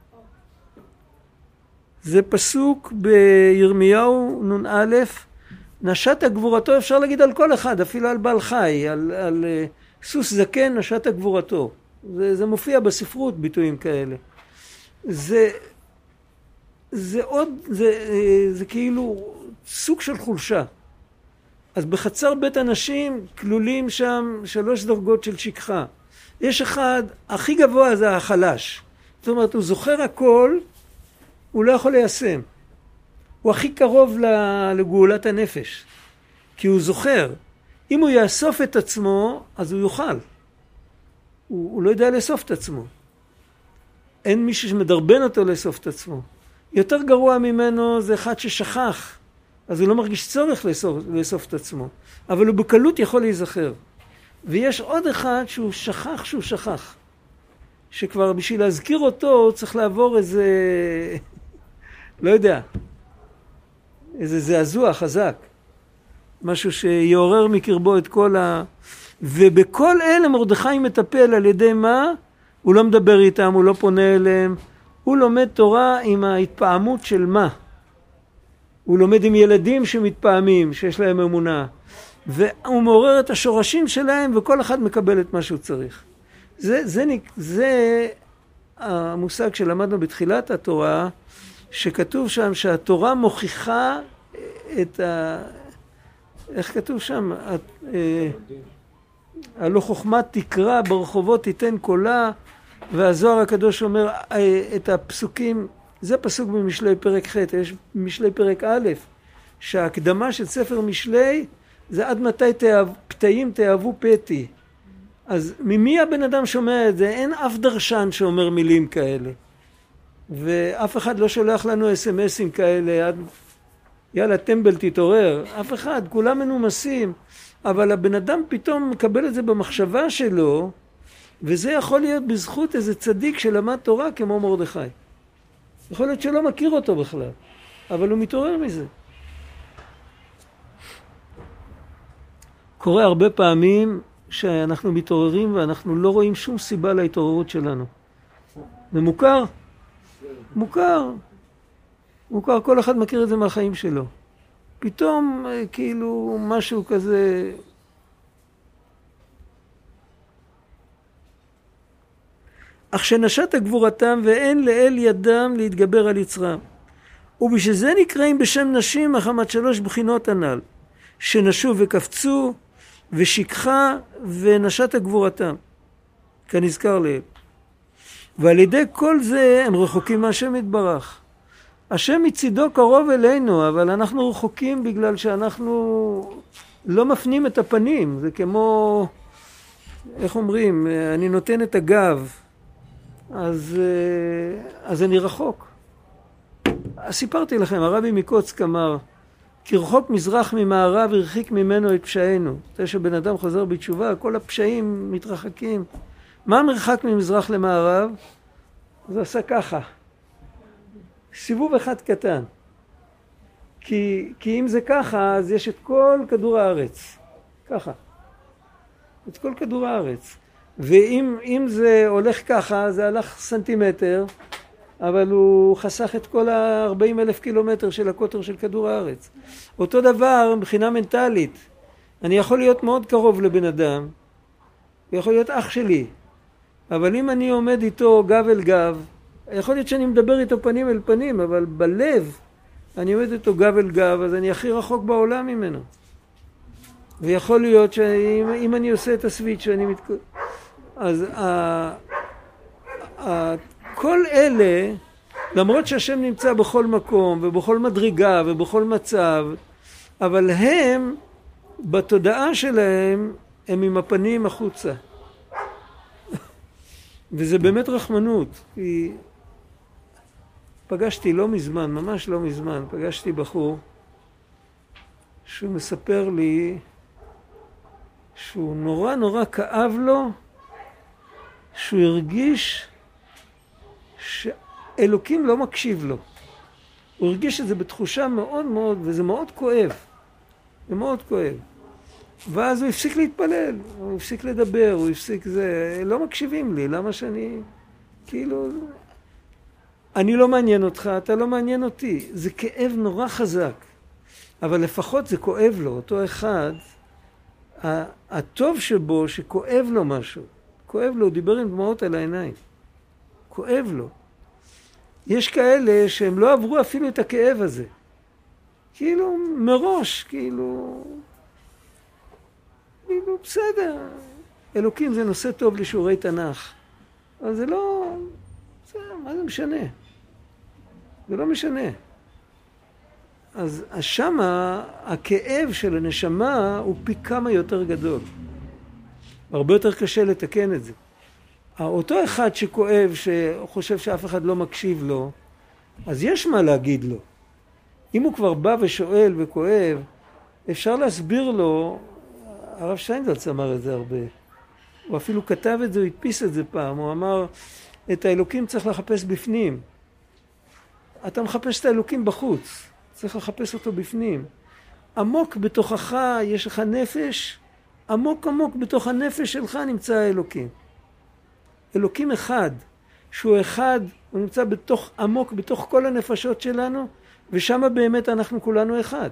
זה פסוק בירמיהו נון א', נשת גבורתו, אפשר להגיד על כל אחד, אפילו על בעל חי, על, על uh, סוס זקן נשת גבורתו. זה, זה מופיע בספרות ביטויים כאלה. זה, זה עוד, זה, זה כאילו סוג של חולשה. אז בחצר בית הנשים כלולים שם שלוש דרגות של שכחה. יש אחד, הכי גבוה זה החלש. זאת אומרת, הוא זוכר הכל, הוא לא יכול ליישם. הוא הכי קרוב לגאולת הנפש. כי הוא זוכר. אם הוא יאסוף את עצמו, אז הוא יוכל. הוא, הוא לא יודע לאסוף את עצמו. אין מישהו שמדרבן אותו לאסוף את עצמו. יותר גרוע ממנו זה אחד ששכח. אז הוא לא מרגיש צורך לאסוף, לאסוף את עצמו. אבל הוא בקלות יכול להיזכר. ויש עוד אחד שהוא שכח שהוא שכח. שכבר בשביל להזכיר אותו צריך לעבור איזה, לא יודע, איזה זעזוע חזק. משהו שיעורר מקרבו את כל ה... ובכל אלה מרדכי מטפל על ידי מה? הוא לא מדבר איתם, הוא לא פונה אליהם. הוא לומד תורה עם ההתפעמות של מה? הוא לומד עם ילדים שמתפעמים, שיש להם אמונה. והוא מעורר את השורשים שלהם, וכל אחד מקבל את מה שהוא צריך. זה, זה, זה המושג שלמדנו בתחילת התורה, שכתוב שם שהתורה מוכיחה את ה... איך כתוב שם? הלא חוכמה תקרא, ברחובות תיתן קולה, והזוהר הקדוש אומר את הפסוקים, זה פסוק במשלי פרק ח', יש משלי פרק א', שההקדמה של ספר משלי, זה עד מתי תאהב, פתאים תאהבו פתי. אז ממי הבן אדם שומע את זה? אין אף דרשן שאומר מילים כאלה. ואף אחד לא שולח לנו אס-אם-אסים כאלה, עד, יאללה טמבל תתעורר, אף אחד, כולם מנומסים. אבל הבן אדם פתאום מקבל את זה במחשבה שלו, וזה יכול להיות בזכות איזה צדיק שלמד תורה כמו מרדכי. יכול להיות שלא מכיר אותו בכלל, אבל הוא מתעורר מזה. קורה הרבה פעמים שאנחנו מתעוררים ואנחנו לא רואים שום סיבה להתעוררות שלנו. זה מוכר? מוכר. מוכר, כל אחד מכיר את זה מהחיים שלו. פתאום כאילו משהו כזה... אך שנשת גבורתם ואין לאל ידם להתגבר על יצרם. ובשביל זה נקראים בשם נשים מחמת שלוש בחינות הנ"ל. שנשו וקפצו ושכחה ונשת גבורתם. כנזכר לאל. ועל ידי כל זה הם רחוקים מהשם יתברך. השם מצידו קרוב אלינו, אבל אנחנו רחוקים בגלל שאנחנו לא מפנים את הפנים. זה כמו, איך אומרים, אני נותן את הגב, אז, אז אני רחוק. סיפרתי לכם, הרבי מקוצק אמר, כי רחוק מזרח ממערב הרחיק ממנו את פשענו. זה שבן אדם חוזר בתשובה, כל הפשעים מתרחקים. מה המרחק ממזרח למערב? זה עשה ככה. סיבוב אחד קטן. כי, כי אם זה ככה, אז יש את כל כדור הארץ. ככה. את כל כדור הארץ. ואם אם זה הולך ככה, זה הלך סנטימטר, אבל הוא חסך את כל ה-ארבעים אלף קילומטר של הקוטר של כדור הארץ. אותו דבר מבחינה מנטלית. אני יכול להיות מאוד קרוב לבן אדם, הוא יכול להיות אח שלי, אבל אם אני עומד איתו גב אל גב, יכול להיות שאני מדבר איתו פנים אל פנים, אבל בלב אני עומד איתו גב אל גב, אז אני הכי רחוק בעולם ממנו. ויכול להיות שאם אם אני עושה את הסוויץ' שאני מת... אז ה... ה... כל אלה, למרות שהשם נמצא בכל מקום ובכל מדרגה ובכל מצב, אבל הם, בתודעה שלהם, הם עם הפנים החוצה. וזה באמת רחמנות. כי פגשתי לא מזמן, ממש לא מזמן, פגשתי בחור שהוא מספר לי שהוא נורא נורא כאב לו, שהוא הרגיש שאלוקים לא מקשיב לו. הוא הרגיש את זה בתחושה מאוד מאוד, וזה מאוד כואב. זה מאוד כואב. ואז הוא הפסיק להתפלל, הוא הפסיק לדבר, הוא הפסיק זה, לא מקשיבים לי, למה שאני, כאילו, אני לא מעניין אותך, אתה לא מעניין אותי. זה כאב נורא חזק, אבל לפחות זה כואב לו, אותו אחד, הטוב שבו שכואב לו משהו, כואב לו, הוא דיבר עם דמעות על העיניים, כואב לו. יש כאלה שהם לא עברו אפילו את הכאב הזה, כאילו מראש, כאילו, כאילו בסדר, אלוקים זה נושא טוב לשיעורי תנ"ך, אבל זה לא, זה, מה זה משנה? זה לא משנה. אז שמה הכאב של הנשמה הוא פי כמה יותר גדול. הרבה יותר קשה לתקן את זה. אותו אחד שכואב, שחושב שאף אחד לא מקשיב לו, אז יש מה להגיד לו. אם הוא כבר בא ושואל וכואב, אפשר להסביר לו, הרב שיינזלץ אמר את זה הרבה. הוא אפילו כתב את זה, הוא הדפיס את זה פעם. הוא אמר, את האלוקים צריך לחפש בפנים. אתה מחפש את האלוקים בחוץ. צריך לחפש אותו בפנים. עמוק בתוכך יש לך נפש, עמוק עמוק בתוך הנפש שלך נמצא האלוקים. אלוקים אחד, שהוא אחד, הוא נמצא בתוך, עמוק בתוך כל הנפשות שלנו, ושם באמת אנחנו כולנו אחד.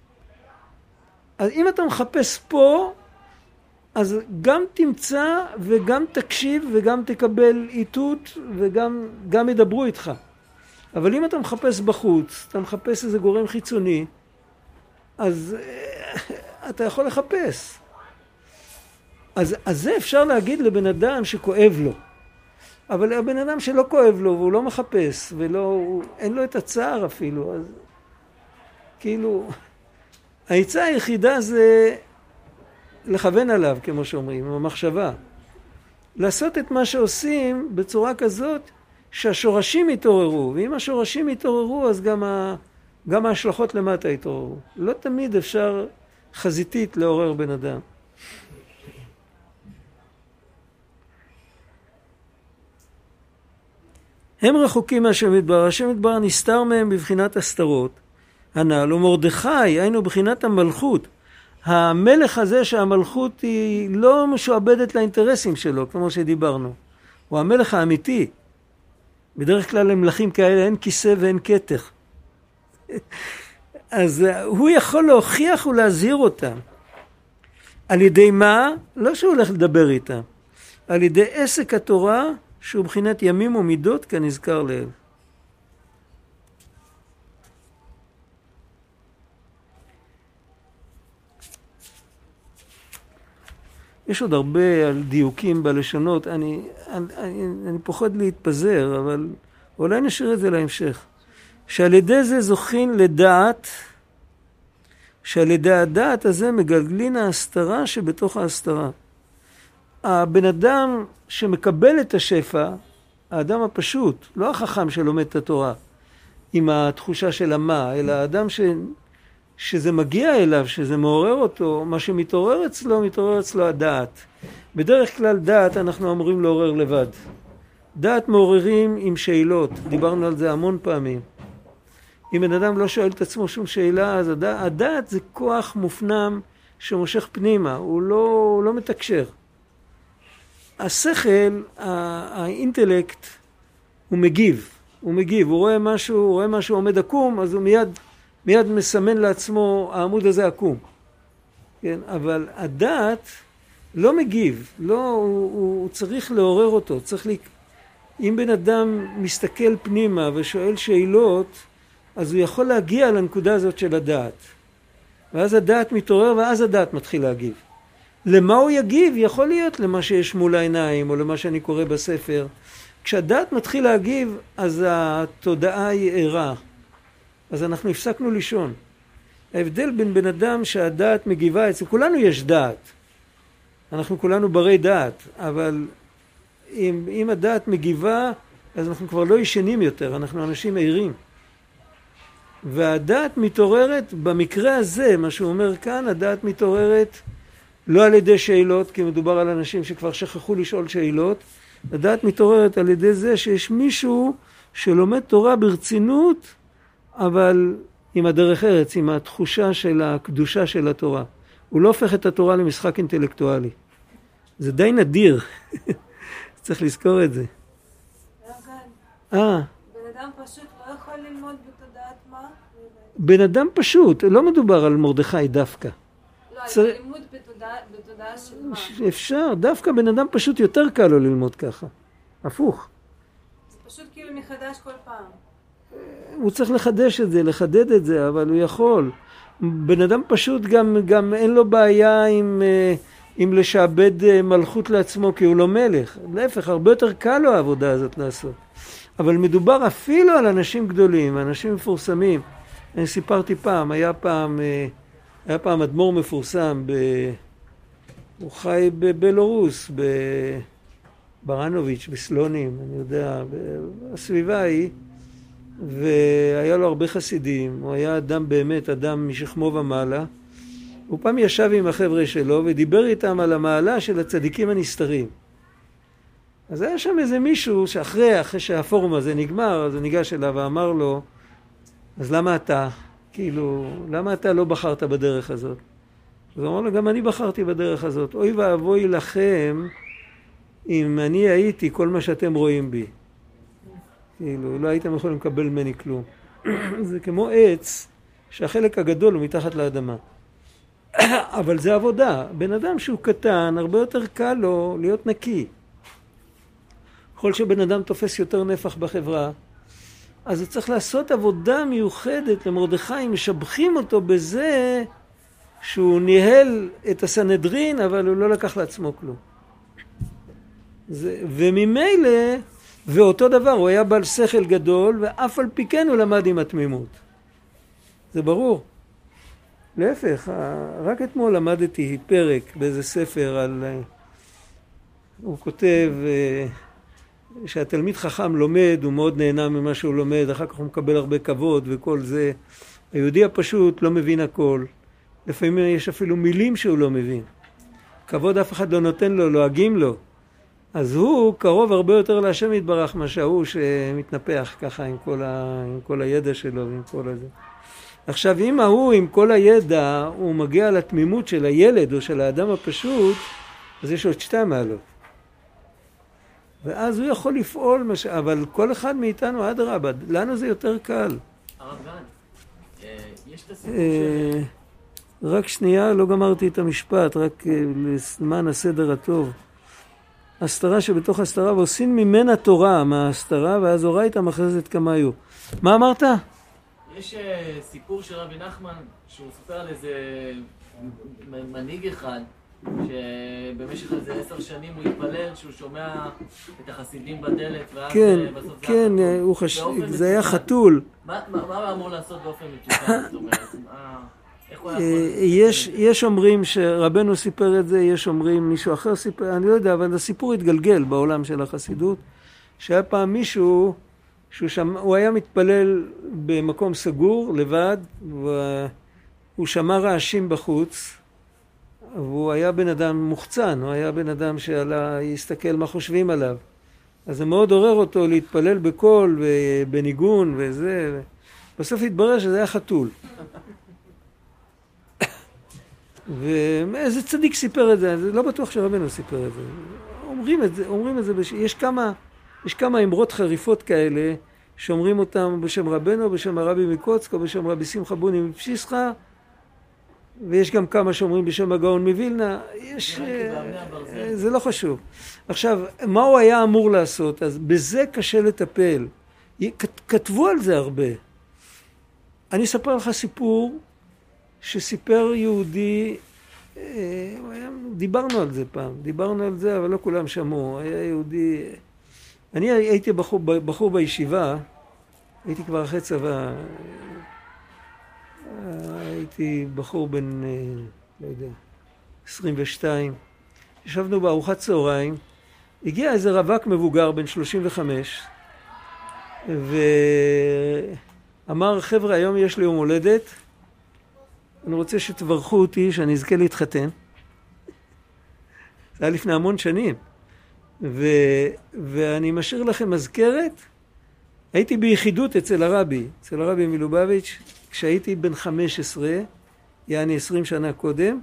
אז אם אתה מחפש פה, אז גם תמצא וגם תקשיב וגם תקבל איתות וגם גם ידברו איתך. אבל אם אתה מחפש בחוץ, אתה מחפש איזה גורם חיצוני, אז אתה יכול לחפש. אז, אז זה אפשר להגיד לבן אדם שכואב לו. אבל הבן אדם שלא כואב לו והוא לא מחפש ולא, אין לו את הצער אפילו, אז כאילו, העצה היחידה זה לכוון עליו, כמו שאומרים, עם המחשבה. לעשות את מה שעושים בצורה כזאת שהשורשים יתעוררו, ואם השורשים יתעוררו אז גם, ה, גם ההשלכות למטה יתעוררו. לא תמיד אפשר חזיתית לעורר בן אדם. הם רחוקים מהשם יתברך, השם יתברך נסתר מהם בבחינת הסתרות הנ"ל, ומרדכי היינו בבחינת המלכות, המלך הזה שהמלכות היא לא משועבדת לאינטרסים שלו, כמו שדיברנו, הוא המלך האמיתי. בדרך כלל למלכים כאלה אין כיסא ואין כתר. אז הוא יכול להוכיח ולהזהיר אותם. על ידי מה? לא שהוא הולך לדבר איתם. על ידי עסק התורה שהוא בחינת ימים ומידות כנזכר לעיל. יש עוד הרבה על דיוקים בלשונות, אני, אני, אני, אני פוחד להתפזר, אבל אולי נשאיר את זה להמשך. שעל ידי זה זוכין לדעת, שעל ידי הדעת הזה מגלגלין ההסתרה שבתוך ההסתרה. הבן אדם שמקבל את השפע, האדם הפשוט, לא החכם שלומד את התורה, עם התחושה של המה, אלא האדם ש... שזה מגיע אליו, שזה מעורר אותו, מה שמתעורר אצלו, מתעורר אצלו הדעת. בדרך כלל דעת אנחנו אמורים לעורר לבד. דעת מעוררים עם שאלות, דיברנו על זה המון פעמים. אם בן אדם לא שואל את עצמו שום שאלה, אז הדעת, הדעת זה כוח מופנם שמושך פנימה, הוא לא, הוא לא מתקשר. השכל, האינטלקט, הוא מגיב, הוא מגיב, הוא רואה משהו, הוא רואה משהו עומד עקום, אז הוא מיד, מיד מסמן לעצמו, העמוד הזה עקום. כן? אבל הדעת לא מגיב, לא, הוא, הוא צריך לעורר אותו, צריך לה... אם בן אדם מסתכל פנימה ושואל שאלות, אז הוא יכול להגיע לנקודה הזאת של הדעת. ואז הדעת מתעורר, ואז הדעת מתחיל להגיב. למה הוא יגיב? יכול להיות למה שיש מול העיניים, או למה שאני קורא בספר. כשהדעת מתחיל להגיב, אז התודעה היא ערה. אז אנחנו הפסקנו לישון. ההבדל בין בן אדם שהדעת מגיבה אצל, כולנו יש דעת. אנחנו כולנו ברי דעת, אבל אם, אם הדעת מגיבה, אז אנחנו כבר לא ישנים יותר, אנחנו אנשים עירים. והדעת מתעוררת, במקרה הזה, מה שהוא אומר כאן, הדעת מתעוררת לא על ידי שאלות, כי מדובר על אנשים שכבר שכחו לשאול שאלות, הדעת מתעוררת על ידי זה שיש מישהו שלומד תורה ברצינות, אבל עם הדרך ארץ, עם התחושה של הקדושה של התורה. הוא לא הופך את התורה למשחק אינטלקטואלי. זה די נדיר. צריך לזכור את זה. אה. בן אדם פשוט לא יכול ללמוד בתודעת מה? בן אדם פשוט, לא מדובר על מרדכי דווקא. לא, צר... לימוד בתודעה, בתודעה של מה? אפשר, דווקא בן אדם פשוט יותר קל לו ללמוד ככה. הפוך. זה פשוט כאילו מחדש כל פעם. הוא צריך לחדש את זה, לחדד את זה, אבל הוא יכול. בן אדם פשוט גם, גם אין לו בעיה עם, עם לשעבד מלכות לעצמו, כי הוא לא מלך. להפך, הרבה יותר קל לו העבודה הזאת לעשות. אבל מדובר אפילו על אנשים גדולים, אנשים מפורסמים. אני סיפרתי פעם, היה פעם, היה פעם אדמו"ר מפורסם, ב... הוא חי בבלרוס, בברנוביץ', בסלונים, אני יודע, בסביבה היא, והיה לו הרבה חסידים, הוא היה אדם באמת, אדם משכמו ומעלה. הוא פעם ישב עם החבר'ה שלו ודיבר איתם על המעלה של הצדיקים הנסתרים. אז היה שם איזה מישהו שאחרי, אחרי שהפורום הזה נגמר, אז הוא ניגש אליו ואמר לו, אז למה אתה, כאילו, למה אתה לא בחרת בדרך הזאת? אז הוא אמר לו, גם אני בחרתי בדרך הזאת. אוי ואבוי לכם אם אני הייתי כל מה שאתם רואים בי. כאילו, לא הייתם יכולים לקבל ממני כלום. זה כמו עץ שהחלק הגדול הוא מתחת לאדמה. אבל זה עבודה. בן אדם שהוא קטן, הרבה יותר קל לו להיות נקי. ככל שבן אדם תופס יותר נפח בחברה, אז הוא צריך לעשות עבודה מיוחדת למרדכי, משבחים אותו בזה שהוא ניהל את הסנהדרין, אבל הוא לא לקח לעצמו כלום. זה, וממילא, ואותו דבר, הוא היה בעל שכל גדול, ואף על פי כן הוא למד עם התמימות. זה ברור. להפך, רק אתמול למדתי פרק באיזה ספר על... הוא כותב שהתלמיד חכם לומד, הוא מאוד נהנה ממה שהוא לומד, אחר כך הוא מקבל הרבה כבוד וכל זה. היהודי הפשוט לא מבין הכל. לפעמים יש אפילו מילים שהוא לא מבין. כבוד אף אחד לא נותן לו, לועגים לו. אז הוא קרוב הרבה יותר להשם יתברך מה שהוא שמתנפח ככה עם כל, ה... עם כל הידע שלו ועם כל הזה. עכשיו אם ההוא עם כל הידע הוא מגיע לתמימות של הילד או של האדם הפשוט, אז יש עוד שתי מעלות. ואז הוא יכול לפעול, מש... אבל כל אחד מאיתנו עד רבה, לנו זה יותר קל. הרב גן, יש את הסיפור של... רק שנייה, לא גמרתי את המשפט, רק למען הסדר הטוב. הסתרה שבתוך הסתרה, ועושים ממנה תורה מההסתרה, ואז אורייתא מחזת כמה היו. מה אמרת? יש סיפור של רבי נחמן, שהוא סופר על איזה מנהיג אחד, שבמשך איזה עשר שנים הוא התפלל, שהוא שומע את החסידים בדלת, ואז כן, בסוף זה כן, היה הוא חש... זה היה חתול. מה הוא אמור לעשות באופן מתוקן? זאת אומרת, איך הוא יכול... יש, יש אומרים שרבנו סיפר את זה, יש אומרים מישהו אחר סיפר, אני לא יודע, אבל הסיפור התגלגל בעולם של החסידות, שהיה פעם מישהו, שהוא שמע, הוא היה מתפלל במקום סגור, לבד, והוא שמע רעשים בחוץ, והוא היה בן אדם מוחצן, הוא היה בן אדם שעלה, יסתכל מה חושבים עליו. אז זה מאוד עורר אותו להתפלל בקול ובניגון וזה. בסוף התברר שזה היה חתול. ואיזה צדיק סיפר את זה, זה לא בטוח שרבנו סיפר את זה. אומרים את זה, אומרים את זה, בש... יש כמה, יש כמה אמרות חריפות כאלה, שאומרים אותם בשם רבנו, בשם הרבי מקוצק, או בשם רבי שמחה בוני מפשיסחה, ויש גם כמה שאומרים בשם הגאון מווילנה, יש... זה לא חשוב. עכשיו, מה הוא היה אמור לעשות? אז בזה קשה לטפל. כתבו על זה הרבה. אני אספר לך סיפור שסיפר יהודי, דיברנו על זה פעם, דיברנו על זה, אבל לא כולם שמעו. היה יהודי... אני הייתי בחור, בחור בישיבה, הייתי כבר אחרי צבא, הייתי בחור בן, לא יודע, עשרים ושתיים. ישבנו בארוחת צהריים, הגיע איזה רווק מבוגר בן שלושים וחמש, ואמר, חבר'ה, היום יש לי יום הולדת, אני רוצה שתברכו אותי, שאני אזכה להתחתן. זה היה לפני המון שנים. ו... ואני משאיר לכם מזכרת. הייתי ביחידות אצל הרבי, אצל הרבי מלובביץ', כשהייתי בן חמש עשרה, יעני עשרים שנה קודם,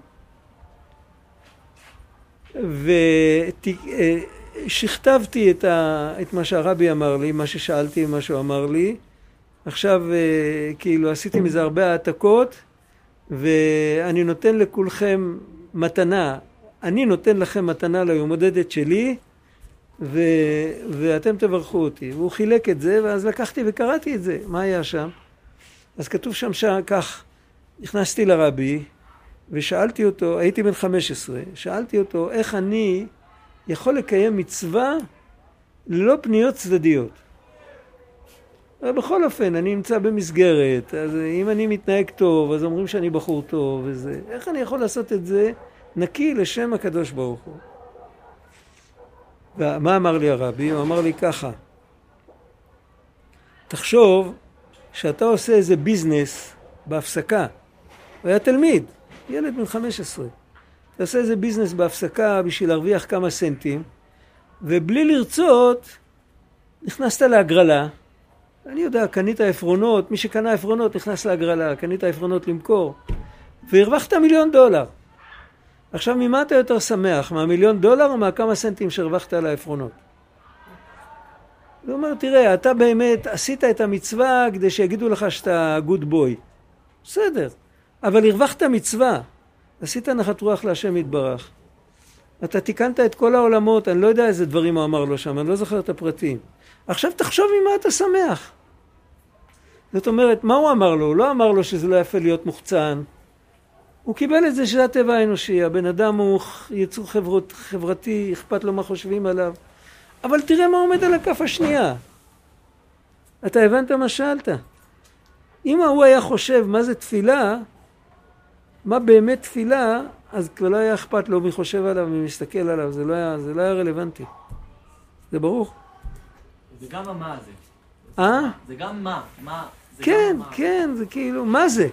ושכתבתי את, ה... את מה שהרבי אמר לי, מה ששאלתי, מה שהוא אמר לי. עכשיו כאילו עשיתי מזה הרבה העתקות, ואני נותן לכולכם מתנה, אני נותן לכם מתנה ליום הולדת שלי, ו... ואתם תברכו אותי. והוא חילק את זה, ואז לקחתי וקראתי את זה. מה היה שם? אז כתוב שם שכך, נכנסתי לרבי, ושאלתי אותו, הייתי בן חמש עשרה, שאלתי אותו איך אני יכול לקיים מצווה ללא פניות צדדיות. בכל אופן, אני נמצא במסגרת, אז אם אני מתנהג טוב, אז אומרים שאני בחור טוב, וזה. איך אני יכול לעשות את זה נקי לשם הקדוש ברוך הוא? ומה אמר לי הרבי? הוא אמר לי ככה, תחשוב שאתה עושה איזה ביזנס בהפסקה. הוא היה תלמיד, ילד בן חמש עשרה. אתה עושה איזה ביזנס בהפסקה בשביל להרוויח כמה סנטים, ובלי לרצות, נכנסת להגרלה. אני יודע, קנית עפרונות, מי שקנה עפרונות נכנס להגרלה, קנית עפרונות למכור, והרווחת מיליון דולר. עכשיו, ממה אתה יותר שמח? מהמיליון דולר או מהכמה סנטים שהרווחת על העפרונות? הוא אומר, תראה, אתה באמת עשית את המצווה כדי שיגידו לך שאתה גוד בוי. בסדר, אבל הרווחת מצווה. עשית נחת רוח להשם יתברך. אתה תיקנת את כל העולמות, אני לא יודע איזה דברים הוא אמר לו שם, אני לא זוכר את הפרטים. עכשיו תחשוב ממה אתה שמח. זאת אומרת, מה הוא אמר לו? הוא לא אמר לו שזה לא יפה להיות מוחצן. הוא קיבל את זה שזה הטבע האנושי. הבן אדם הוא יצור חברות, חברתי, אכפת לו מה חושבים עליו. אבל תראה מה עומד על הכף השנייה. אתה הבנת מה שאלת? אם הוא היה חושב מה זה תפילה, מה באמת תפילה, אז כבר לא היה אכפת לו מי חושב עליו, מי מסתכל עליו. זה לא היה, זה לא היה רלוונטי. זה ברור. זה גם מה זה. אה? זה גם מה. מה. זה כן, גם מה. כן, זה כאילו, מה זה?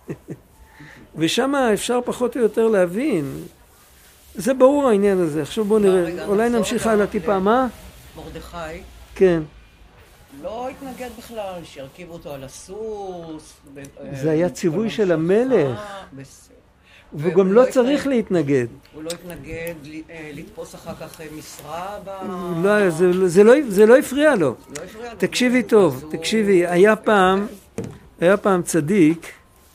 ושם אפשר פחות או יותר להבין. זה ברור העניין הזה. עכשיו בואו נראה, אולי נמשיך הלאה טיפה. מה? מרדכי. כן. לא התנגד בכלל, שירכיבו אותו על הסוס. זה היה ציווי של המלך. והוא גם לא צריך להתנגד. הוא לא התנגד לתפוס אחר כך משרה ב... לא, זה לא הפריע לו. תקשיבי טוב, תקשיבי, היה פעם, היה פעם צדיק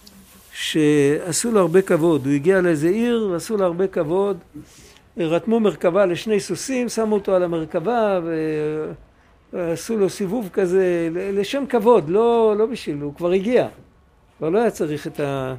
שעשו לו הרבה כבוד. הוא הגיע לאיזה עיר ועשו לו הרבה כבוד. רתמו מרכבה לשני סוסים, שמו אותו על המרכבה ועשו לו סיבוב כזה לשם כבוד, לא, לא בשביל, הוא כבר הגיע. כבר לא היה צריך את ה...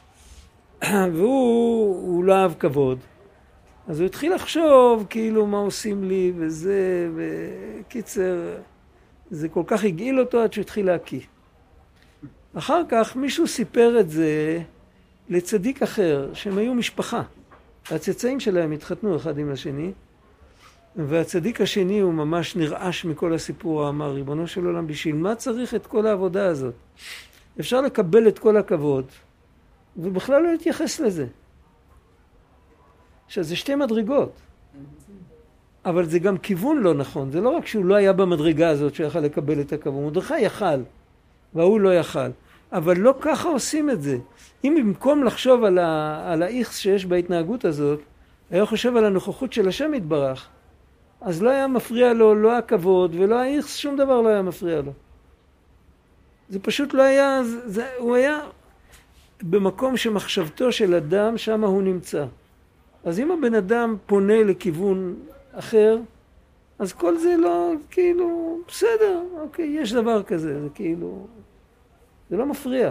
והוא לא אהב כבוד. אז הוא התחיל לחשוב כאילו מה עושים לי וזה, וקיצר, זה כל כך הגעיל אותו עד שהוא התחיל להקיא. אחר כך מישהו סיפר את זה לצדיק אחר, שהם היו משפחה. הצאצאים שלהם התחתנו אחד עם השני, והצדיק השני הוא ממש נרעש מכל הסיפור, אמר, ריבונו של עולם, בשביל מה צריך את כל העבודה הזאת? אפשר לקבל את כל הכבוד, ובכלל לא להתייחס לזה. עכשיו, זה שתי מדרגות. אבל זה גם כיוון לא נכון. זה לא רק שהוא לא היה במדרגה הזאת שיכל לקבל את הכבוד. מרדכי יכל. והוא לא יכל. אבל לא ככה עושים את זה. אם במקום לחשוב על, ה, על האיכס שיש בהתנהגות הזאת, היה חושב על הנוכחות של השם יתברך, אז לא היה מפריע לו, לא הכבוד ולא האיכס, שום דבר לא היה מפריע לו. זה פשוט לא היה, זה, זה, הוא היה במקום שמחשבתו של אדם, שם הוא נמצא. אז אם הבן אדם פונה לכיוון אחר, אז כל זה לא, כאילו, בסדר, אוקיי, יש דבר כזה, זה כאילו, זה לא מפריע.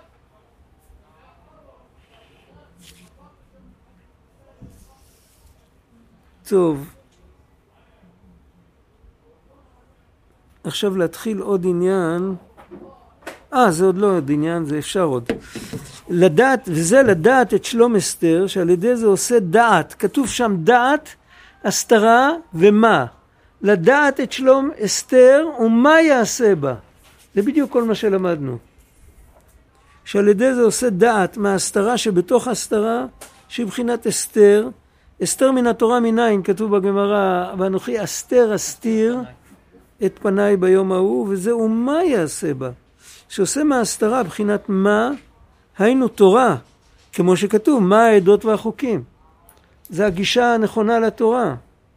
טוב. עכשיו להתחיל עוד עניין. אה, זה עוד לא עוד עניין, זה אפשר עוד. לדעת, וזה לדעת את שלום אסתר, שעל ידי זה עושה דעת. כתוב שם דעת, הסתרה ומה. לדעת את שלום אסתר ומה יעשה בה. זה בדיוק כל מה שלמדנו. שעל ידי זה עושה דעת מההסתרה שבתוך הסתרה, שהיא בחינת אסתר. אסתר מן התורה מניין, כתוב בגמרא, ואנוכי אסתר אסתיר את פניי ביום ההוא, וזהו מה יעשה בה. שעושה מההסתרה בחינת מה, היינו תורה, כמו שכתוב, מה העדות והחוקים. זה הגישה הנכונה לתורה.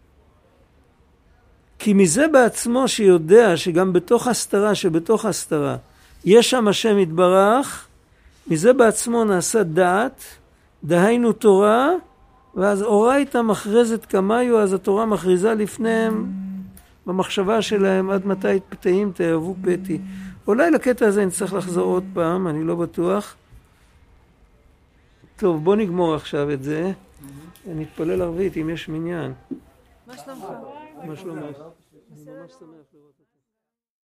כי מזה בעצמו שיודע שגם בתוך הסתרה שבתוך הסתרה יש שם השם יתברך, מזה בעצמו נעשה דעת, דהיינו תורה, ואז אורייתא מכרזת כמיו, אז התורה מכריזה לפניהם במחשבה שלהם עד מתי פתאים תאהבו פתי. אולי לקטע הזה נצטרך לחזור עוד פעם, אני לא בטוח. טוב, בוא נגמור עכשיו את זה. נתפלל ערבית אם יש מניין. מה שלומך? מה שלומך? אני ממש שמח לראות.